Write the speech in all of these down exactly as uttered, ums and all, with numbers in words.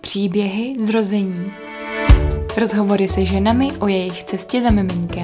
Příběhy zrození. Rozhovory se ženami o jejich cestě za miminkem.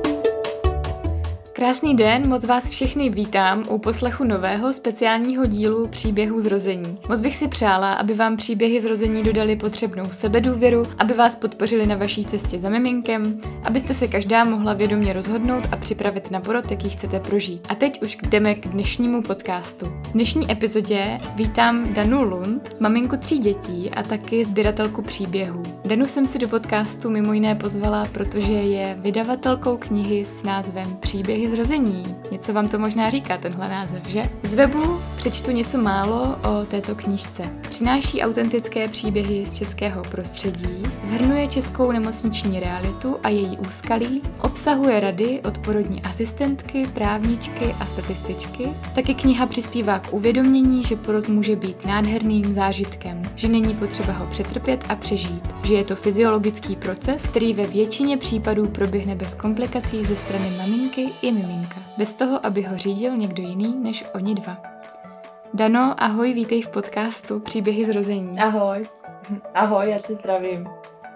Krásný den, moc vás všechny vítám u poslechu nového speciálního dílu Příběhů zrození. Moc bych si přála, aby vám příběhy zrození dodali potřebnou sebedůvěru, aby vás podpořili na vaší cestě za miminkem, abyste se každá mohla vědomě rozhodnout a připravit na porod, jaký chcete prožít. A teď už jdeme k dnešnímu podcastu. V dnešní epizodě vítám Danu Lund, maminku tří dětí a taky sběratelku příběhů. Danu jsem si do podcastu mimo jiné pozvala, protože je vydavatelkou knihy s názvem Příběhy zrození. Něco vám to možná říká tenhle název, že? Z webu přečtu něco málo o této knížce. Přináší autentické příběhy z českého prostředí, shrnuje českou nemocniční realitu a její úskalí, obsahuje rady od porodní asistentky, právničky a statističky. Taky kniha přispívá k uvědomění, že porod může být nádherným zážitkem, že není potřeba ho přetrpět a přežít, že je to fyziologický proces, který ve většině případů proběhne bez komplikací ze strany maminky i miminka, bez toho, aby ho řídil někdo jiný než oni dva. Dano, ahoj, vítej v podcastu Příběhy zrození. Ahoj, ahoj, já tě zdravím.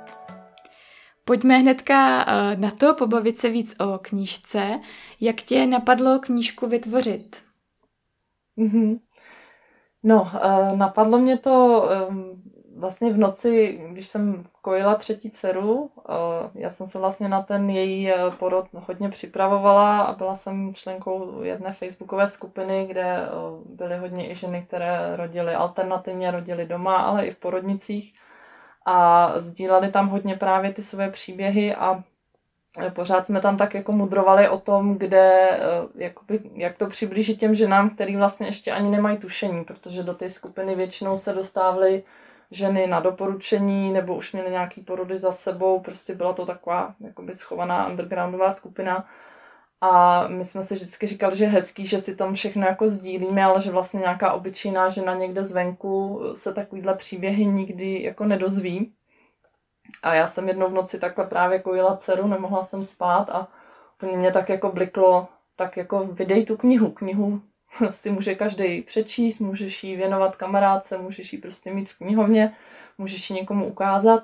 Pojďme hnedka na to pobavit se víc o knížce. Jak tě napadlo knížku vytvořit? Mm-hmm. No, napadlo mě to vlastně v noci, když jsem kojila třetí dceru. Já jsem se vlastně na ten její porod hodně připravovala a byla jsem členkou jedné facebookové skupiny, kde byly hodně i ženy, které rodily alternativně, rodily doma, ale i v porodnicích a sdíleli tam hodně právě ty své příběhy a pořád jsme tam tak jako mudrovali o tom, kde, jakoby, jak to přiblížit těm ženám, který vlastně ještě ani nemají tušení, protože do té skupiny většinou se dostávaly ženy na doporučení, nebo už měly nějaký porody za sebou, prostě byla to taková jakoby schovaná undergroundová skupina a my jsme si vždycky říkali, že je hezký, že si tam všechno jako sdílíme, ale že vlastně nějaká obyčejná žena někde zvenku se takovýhle příběhy nikdy jako nedozví. A já jsem jednou v noci takhle právě kojila dceru, nemohla jsem spát a úplně mě tak jako bliklo, tak jako vydej tu knihu, knihu si může každý přečíst, můžeš jí věnovat kamarádce, můžeš jí prostě mít v knihovně, můžeš ji někomu ukázat.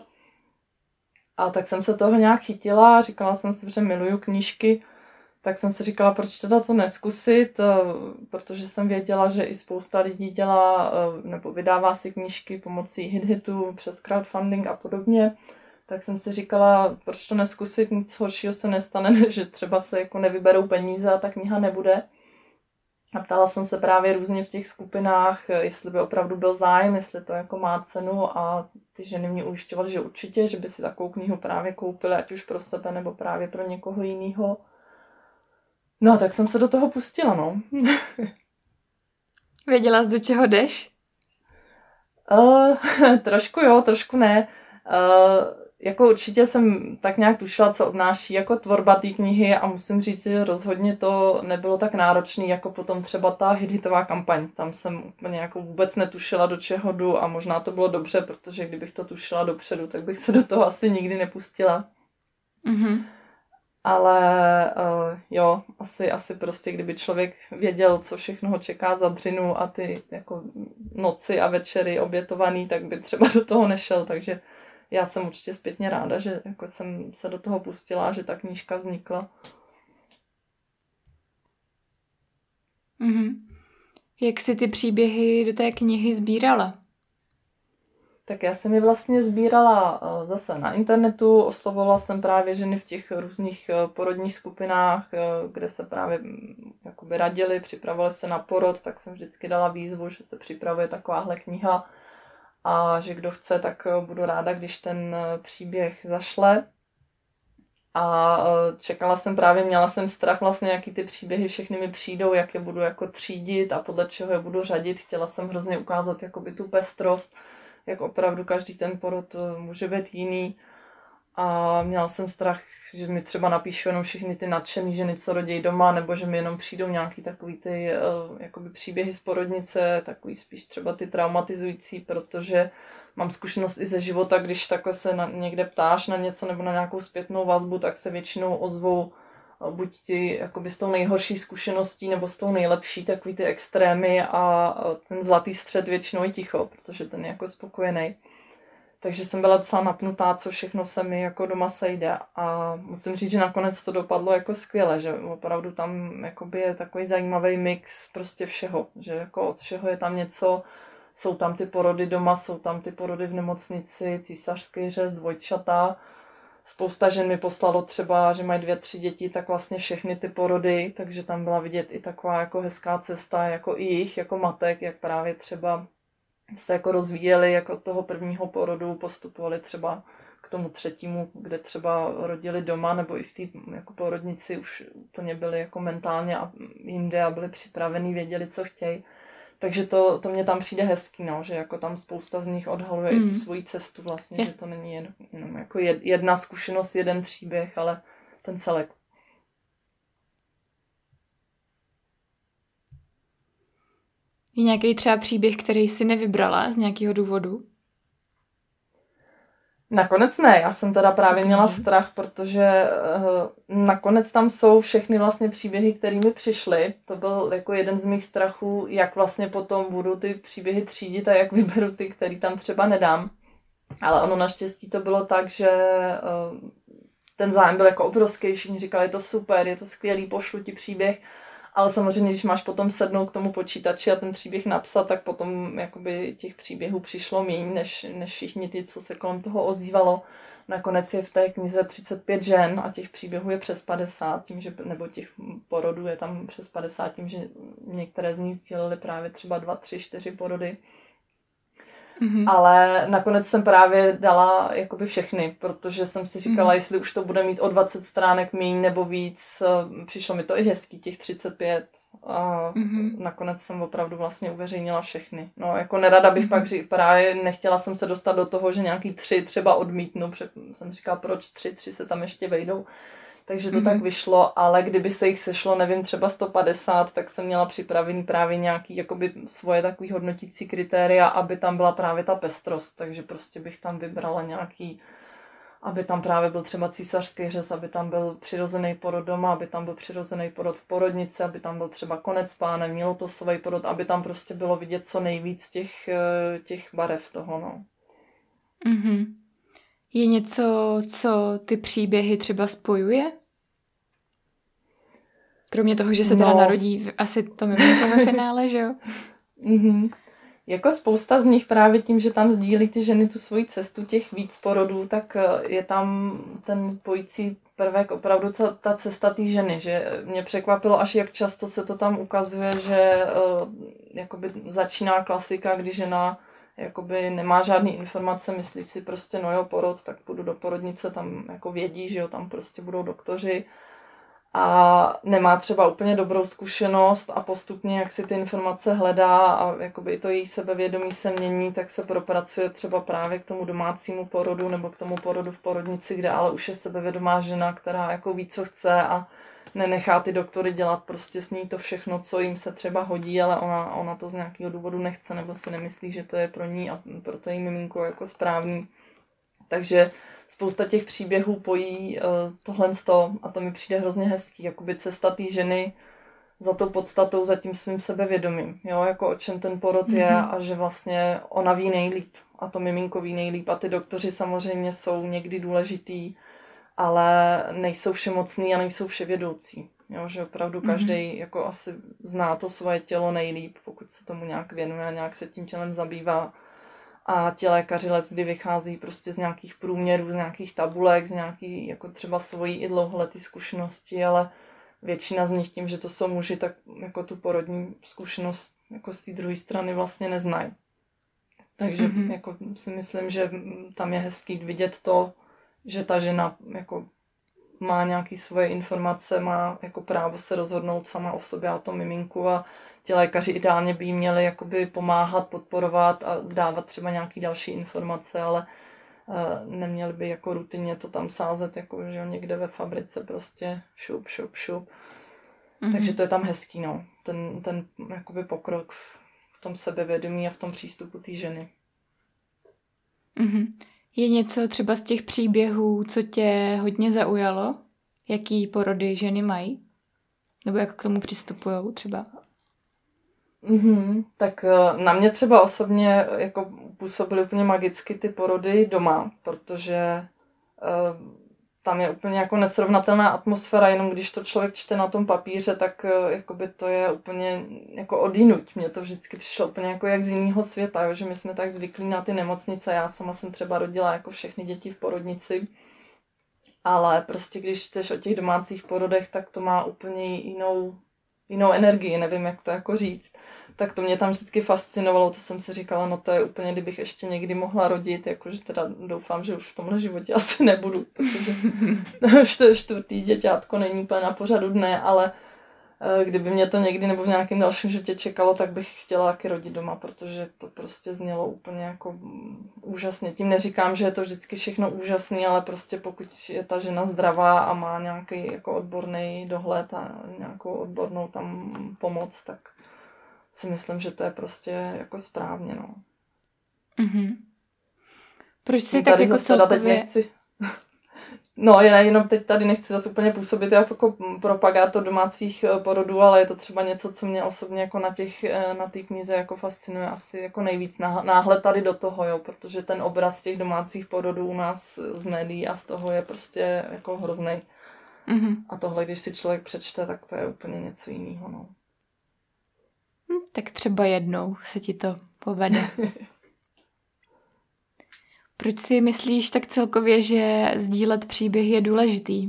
A tak jsem se toho nějak chytila, říkala jsem si, že miluju knížky, tak jsem si říkala, proč teda to neskusit, protože jsem věděla, že i spousta lidí dělá nebo vydává si knížky pomocí HitHitu, přes crowdfunding a podobně. Tak jsem si říkala, proč to neskusit, nic horšího se nestane, než že třeba se jako nevyberou peníze a ta kniha nebude. A ptala jsem se právě různě v těch skupinách, jestli by opravdu byl zájem, jestli to jako má cenu a ty ženy mě ujišťovaly, že určitě, že by si takovou knihu právě koupily, ať už pro sebe nebo právě pro někoho jiného. No, tak jsem se do toho pustila, no. Věděla jsi, do čeho jdeš? Uh, trošku jo, trošku ne. Uh, Jako určitě jsem tak nějak tušila, co obnáší jako tvorba té knihy a musím říct, že rozhodně to nebylo tak náročný, jako potom třeba ta HitHitová kampaň. Tam jsem úplně jako vůbec netušila, do čeho jdu a možná to bylo dobře, protože kdybych to tušila dopředu, tak bych se do toho asi nikdy nepustila. Mm-hmm. Ale uh, jo, asi, asi prostě, kdyby člověk věděl, co všechno ho čeká za dřinu a ty jako noci a večery obětovaný, tak by třeba do toho nešel, takže já jsem určitě zpětně ráda, že jako jsem se do toho pustila, že ta knížka vznikla. Mm-hmm. Jak jsi ty příběhy do té knihy sbírala? Tak já jsem je vlastně sbírala zase na internetu, oslovovala jsem právě ženy v těch různých porodních skupinách, kde se právě jakoby radili, připravovali se na porod, tak jsem vždycky dala výzvu, že se připravuje takováhle kniha a že kdo chce, tak budu ráda, když ten příběh zašle. A čekala jsem právě, měla jsem strach vlastně, jaký ty příběhy všechny mi přijdou, jak je budu jako třídit a podle čeho je budu řadit. Chtěla jsem hrozně ukázat jakoby tu pestrost, jak opravdu každý ten porod může být jiný. A měla jsem strach, že mi třeba napíšu jenom všechny ty nadšený ženy, co rodí doma, nebo že mi jenom přijdou nějaký takový ty jakoby příběhy z porodnice, takový spíš třeba ty traumatizující, protože mám zkušenost i ze života, když takhle se na, někde ptáš na něco nebo na nějakou zpětnou vazbu, tak se většinou ozvou buď ty jakoby s tou nejhorší zkušeností nebo s tou nejlepší, takový ty extrémy a ten zlatý střed většinou je ticho, protože ten je jako spokojený. Takže jsem byla docela napnutá, co všechno se mi jako doma sejde. A musím říct, že nakonec to dopadlo jako skvěle, že opravdu tam jakoby je takový zajímavý mix prostě všeho. Že jako od všeho je tam něco, jsou tam ty porody doma, jsou tam ty porody v nemocnici, císařský řez, dvojčata. Spousta žen mi poslalo třeba, že mají dvě, tři děti, tak vlastně všechny ty porody, takže tam byla vidět i taková jako hezká cesta, jako i jich, jako matek, jak právě třeba se jako rozvíjeli, jako od toho prvního porodu postupovali třeba k tomu třetímu, kde třeba rodili doma, nebo i v té jako porodnici už úplně byli jako mentálně a jinde a byli připravení, věděli, co chtějí. Takže to, to mě tam přijde hezký, no, že jako tam spousta z nich odhaluje mm. i tu svoji cestu vlastně, yes. Že to není jen, jenom jako jedna zkušenost, jeden příběh, ale ten celek. Je nějaký třeba příběh, který jsi nevybrala z nějakého důvodu? Nakonec ne, já jsem teda právě okay. měla strach, protože uh, nakonec tam jsou všechny vlastně příběhy, které mi přišly. To byl jako jeden z mých strachů, jak vlastně potom budu ty příběhy třídit a jak vyberu ty, který tam třeba nedám. Ale ono naštěstí to bylo tak, že uh, ten zájem byl jako obrovský, všichni říkali, je to super, je to skvělý, pošlu ti příběh. Ale samozřejmě, když máš potom sednout k tomu počítači a ten příběh napsat, tak potom jakoby těch příběhů přišlo méně, než, než všichni ty, co se kolem toho ozývalo. Nakonec je v té knize třicet pět žen a těch příběhů je přes padesát, tím, že, nebo těch porodů je tam přes padesát, tím, že některé z nich sdílely právě třeba dva, tři, čtyři porody. Mm-hmm. Ale nakonec jsem právě dala jakoby všechny, protože jsem si říkala, mm-hmm. jestli už to bude mít o dvacet stránek míň nebo víc. Přišlo mi to i hezký, těch třicet pět. A mm-hmm. nakonec jsem opravdu vlastně uveřejnila všechny. No jako nerada bych mm-hmm. pak řík, právě nechtěla jsem se dostat do toho, že nějaký tři třeba odmítnu. Jsem říkala, proč tři, tři se tam ještě vejdou. Takže to mm-hmm. tak vyšlo, ale kdyby se jich sešlo, nevím, třeba sto padesát, tak jsem měla připravený právě nějaký jakoby svoje takový hodnotící kritéria, aby tam byla právě ta pestrost, takže prostě bych tam vybrala nějaký, aby tam právě byl třeba císařský řez, aby tam byl přirozený porod doma, aby tam byl přirozený porod v porodnici, aby tam byl třeba konec pánem, mělo to svůj porod, aby tam prostě bylo vidět co nejvíc těch, těch barev toho, no. Mhm. Je něco, co ty příběhy třeba spojuje? Kromě toho, že se teda no, narodí asi to miminko ve finále, že jo? Mm-hmm. Jako spousta z nich právě tím, že tam sdílí ty ženy tu svoji cestu těch víc porodů, tak je tam ten pojící prvek opravdu ta, ta cesta té ženy, že mě překvapilo až jak často se to tam ukazuje, že uh, jakoby začíná klasika, kdy žena jakoby nemá žádný informace, myslí si prostě no jo, porod, tak půjdu do porodnice, tam jako vědí, že jo, tam prostě budou doktoři a nemá třeba úplně dobrou zkušenost a postupně, jak si ty informace hledá a jakoby i to její sebevědomí se mění, tak se propracuje třeba právě k tomu domácímu porodu nebo k tomu porodu v porodnici, kde ale už je sebevědomá žena, která jako ví, co chce a nenechá ty doktory dělat prostě s ní to všechno, co jim se třeba hodí, ale ona, ona to z nějakého důvodu nechce nebo si nemyslí, že to je pro ní a pro to její miminko jako správný. Takže spousta těch příběhů pojí uh, tohle z toho a to mi přijde hrozně hezký, jakoby cesta té ženy za tou podstatou, za tím svým sebevědomím, jo, jako o čem ten porod mm-hmm. je a že vlastně ona ví nejlíp a to miminko ví nejlíp a ty doktoři samozřejmě jsou někdy důležitý, ale nejsou všemocný a nejsou vševědoucí. Jo, že opravdu každý mm-hmm. jako asi zná to svoje tělo nejlíp, pokud se tomu nějak věnuje a nějak se tím tělem zabývá. A ti lékaři leckdy vychází prostě z nějakých průměrů, z nějakých tabulek, z nějaký jako třeba svojí i dlouholetý zkušenosti, ale většina z nich tím, že to jsou muži, tak jako tu porodní zkušenost jako z té druhé strany vlastně neznají. Takže mm-hmm. jako si myslím, že tam je hezký vidět to, že ta žena jako má nějaké svoje informace, má jako právo se rozhodnout sama o sobě a o tom miminku a ti lékaři ideálně by jí měli jakoby pomáhat, podporovat a dávat třeba nějaké další informace, ale uh, neměli by jako rutině to tam sázet, jako že někde ve fabrice prostě šup, šup, šup. Mm-hmm. Takže to je tam hezký, no. Ten, ten jakoby pokrok v tom sebevědomí a v tom přístupu té ženy. Mm-hmm. Je něco třeba z těch příběhů, co tě hodně zaujalo? Jaký porody ženy mají? Nebo jak k tomu přistupujou třeba? Mm-hmm. Tak na mě třeba osobně jako působily úplně magicky ty porody doma, protože uh, tam je úplně jako nesrovnatelná atmosféra, jenom když to člověk čte na tom papíře, tak uh, jakoby to je úplně jako odjinuť. Mně to vždycky přišlo úplně jako jak z jiného světa, jo? Že my jsme tak zvyklí na ty nemocnice. Já sama jsem třeba rodila jako všechny děti v porodnici, ale prostě když čteš o těch domácích porodech, tak to má úplně jinou, jinou energii, nevím, jak to jako říct. Tak to mě tam vždycky fascinovalo, to jsem si říkala, no to je úplně, kdybych ještě někdy mohla rodit, jakože teda doufám, že už v tomhle životě asi nebudu, protože čtvrtý děťátko není úplně na pořadu dne, ale kdyby mě to někdy nebo v nějakém dalším životě čekalo, tak bych chtěla taky rodit doma, protože to prostě znělo úplně jako úžasně. Tím neříkám, že je to vždycky všechno úžasný, ale prostě pokud je ta žena zdravá a má nějaký jako odborný dohled a nějakou odbornou tam pomoc, tak si myslím, že to je prostě jako správně, no. Mm-hmm. Proč si no, tak jako celkově... Nechci... No, jenom teď tady nechci zase úplně působit jako propagátor domácích porodů, ale je to třeba něco, co mě osobně jako na těch, na té knize jako fascinuje asi jako nejvíc. Náhled tady do toho, jo, protože ten obraz těch domácích porodů u nás z médií a z toho je prostě jako hroznej. Mm-hmm. A tohle, když si člověk přečte, tak to je úplně něco jiného, no. Hm, tak třeba jednou se ti to povede. Proč si myslíš tak celkově, že sdílet příběh je důležitý?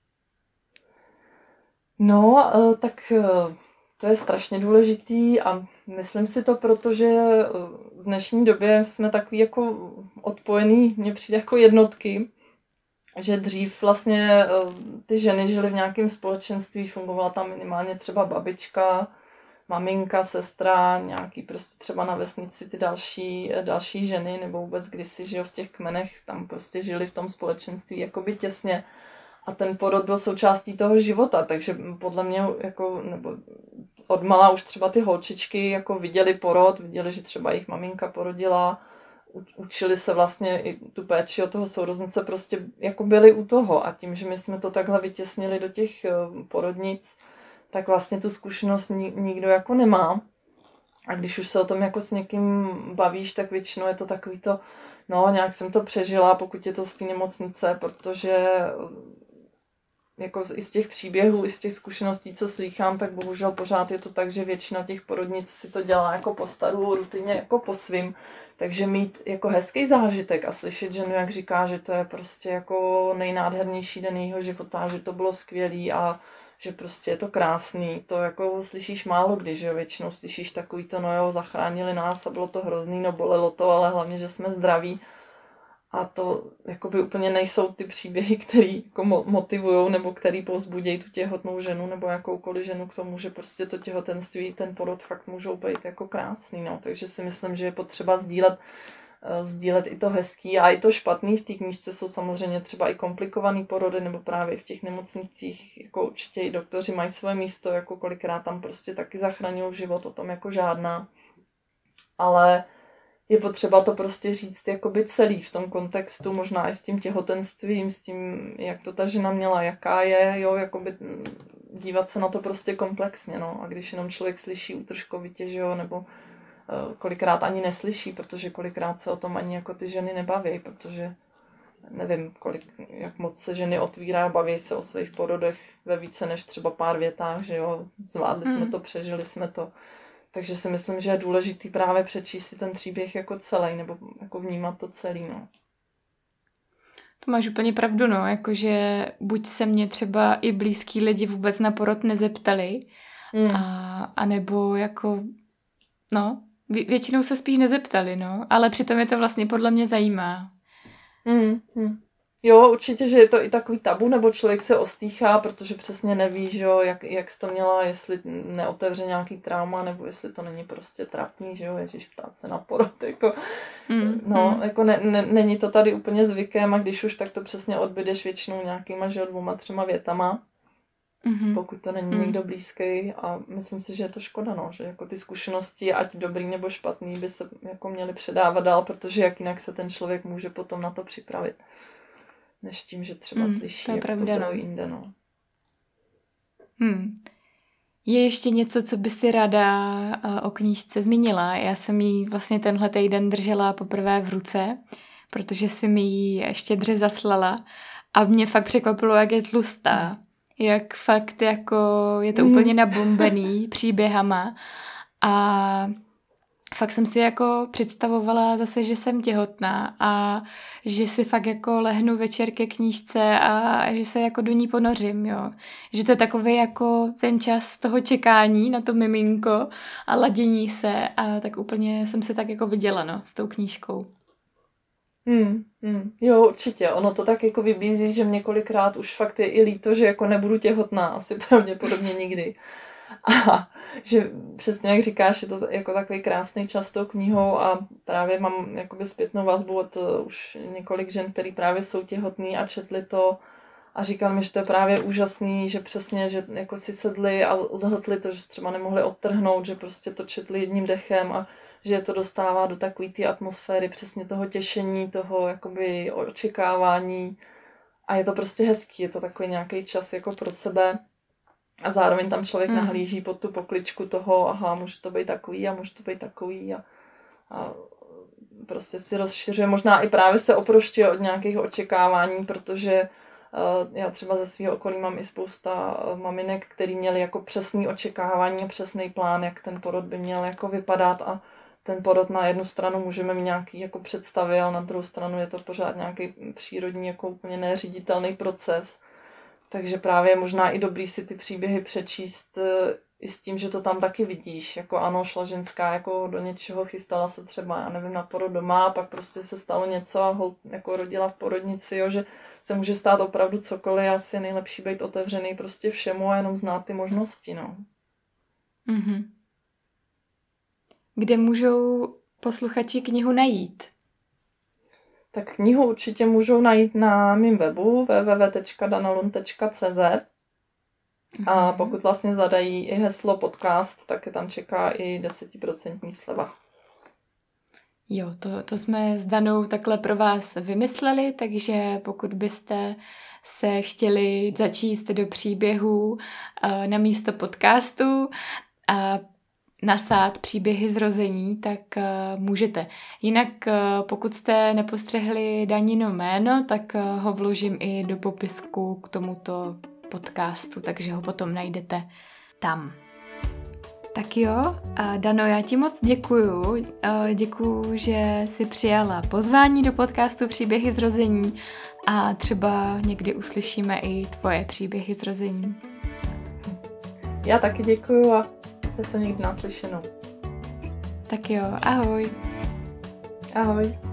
No, tak to je strašně důležitý a myslím si to, protože v dnešní době jsme takový jako odpojený, mně přijde jako jednotky, že dřív vlastně ty ženy žily v nějakém společenství, fungovala tam minimálně třeba babička, maminka, sestra, nějaký prostě třeba na vesnici ty další, další ženy, nebo vůbec kdysi, že jo, v těch kmenech tam prostě žili v tom společenství jakoby těsně a ten porod byl součástí toho života, takže podle mě jako, nebo odmala už třeba ty holčičky jako viděli porod, viděli, že třeba jejich maminka porodila, učili se vlastně i tu péči o toho sourozence, prostě jako byli u toho a tím, že my jsme to takhle vytěsnili do těch porodnic, tak vlastně tu zkušenost nikdo jako nemá. A když už se o tom jako s někým bavíš, tak většinou je to takový to, no nějak jsem to přežila, pokud je to z té nemocnice, protože jako i z těch příběhů, i z těch zkušeností, co slýchám, tak bohužel pořád je to tak, že většina těch porodnic si to dělá jako po starou rutině, jako po svým. Takže mít jako hezký zážitek a slyšet ženu, jak říká, že to je prostě jako nejnádhernější den jejího života, že to bylo skvělý a že prostě je to krásný, to jako slyšíš málo kdy, že jo, většinou slyšíš takový to, no jo, zachránili nás a bylo to hrozný, no bolelo to, ale hlavně, že jsme zdraví. A to jakoby úplně nejsou ty příběhy, který jako motivujou nebo který povzbudějí tu těhotnou ženu nebo jakoukoliv ženu k tomu, že prostě to těhotenství, ten porod fakt můžou být jako krásný, no. Takže si myslím, že je potřeba sdílet sdílet i to hezký a i to špatný. V té knížce jsou samozřejmě třeba i komplikovaný porody, nebo právě v těch nemocnicích, jako určitě i doktoři mají své místo, jako kolikrát tam prostě taky zachraňují život, o tom jako žádná. Ale je potřeba to prostě říct jakoby celý v tom kontextu, možná i s tím těhotenstvím, s tím, jak to ta žena měla, jaká je, jo, jakoby dívat se na to prostě komplexně, no. A když jenom člověk slyší útržkovitě, že jo, nebo kolikrát ani neslyší, protože kolikrát se o tom ani jako ty ženy nebaví, protože nevím, kolik, jak moc se ženy otvírá, baví se o svých porodech ve více než třeba pár větách, že jo, zvládli mm. jsme to, přežili jsme to. Takže si myslím, že je důležitý právě přečíst si ten příběh jako celý, nebo jako vnímat to celý, no. To máš úplně pravdu, no, jakože buď se mě třeba i blízký lidi vůbec na porod nezeptali, mm. a, a nebo jako, no, většinou se spíš nezeptali, no, ale přitom je to vlastně podle mě zajímá. Mm, mm. Jo, určitě, že je to i takový tabu, nebo člověk se ostýchá, protože přesně neví, že jo, jak, jak jsi to měla, jestli neotevře nějaký trauma, nebo jestli to není prostě trapný, že jo, ježiš, ptát se na porod, jako, mm, no, mm. jako ne, ne, není to tady úplně zvykem a když už, tak to přesně odbydeš většinou nějakýma, že jo, dvouma, třema větama. Mm-hmm. Pokud to není mm. někdo blízký a myslím si, že je to škoda, no, že jako ty zkušenosti, ať dobrý nebo špatný, by se jako měly předávat dál, protože jak jinak se ten člověk může potom na to připravit, než tím, že třeba mm, slyší, to je jak pravda, to bylo no. jinde, no. Hmm. Je ještě něco, co by si ráda o knížce zmínila? Já jsem ji vlastně tenhle týden držela poprvé v ruce, protože si mi ji štědře zaslala a mě fakt překvapilo, jak je tlustá. Jak fakt jako je to úplně nabombený příběhama a fakt jsem si jako představovala zase, že jsem těhotná a že si fakt jako lehnu večer ke knížce a že se jako do ní ponořím, jo. Že to je takový jako ten čas toho čekání na to miminko a ladění se a tak úplně jsem se tak jako viděla, no, s tou knížkou. Hmm, hmm. Jo, určitě. Ono to tak jako vybízí, že mě kolikrát už fakt je i líto, že jako nebudu těhotná, asi pravděpodobně nikdy. A že přesně jak říkáš, je to jako takový krásný čas s tou knihou a právě mám jakoby zpětnou vazbu od uh, už několik žen, který právě jsou těhotný a četli to a říkal mi, že to je právě úžasný, že přesně, že jako si sedli a zhltli to, že třeba nemohli odtrhnout, že prostě to četli jedním dechem a že je to dostává do takové té atmosféry přesně toho těšení, toho jakoby očekávání a je to prostě hezký, je to takový nějaký čas jako pro sebe. A zároveň tam člověk mm. nahlíží pod tu pokličku toho, aha, může to být takový a může to být takový a, a prostě si rozšiřuje. Možná i právě se oprošťuje od nějakých očekávání, protože uh, já třeba ze svého okolí mám i spousta uh, maminek, který měli jako přesný očekávání, přesný plán, jak ten porod by měl jako vypadat a ten porod na jednu stranu můžeme mít nějaký jako představy, ale na druhou stranu je to pořád nějaký přírodní, jako úplně neříditelný proces. Takže právě možná i dobrý si ty příběhy přečíst i s tím, že to tam taky vidíš. Jako ano, šla ženská jako do něčeho, chystala se třeba, já nevím, na porod doma a pak prostě se stalo něco a hol, jako rodila v porodnici, jo, že se může stát opravdu cokoliv, asi je nejlepší být otevřený prostě všemu a jenom znát ty možnosti, no. Mm-hmm. Kde můžou posluchači knihu najít? Tak knihu určitě můžou najít na mém webu w w w tečka danalun tečka c z a pokud vlastně zadají i heslo podcast, tak je tam čeká i desetiprocentní sleva. Jo, to, to jsme s Danou takhle pro vás vymysleli, takže pokud byste se chtěli začíst do příběhů na místo podcastu a nasát příběhy zrození, tak uh, můžete. Jinak uh, pokud jste nepostřehli Danino jméno, tak uh, ho vložím i do popisku k tomuto podcastu, takže ho potom najdete tam. Tak jo, uh, Dano, já ti moc děkuju. Uh, děkuju, že jsi přijala pozvání do podcastu Příběhy zrození a třeba někdy uslyšíme i tvoje příběhy zrození. Já taky děkuju a zase někdy naslyšenou. Tak jo, ahoj. Ahoj.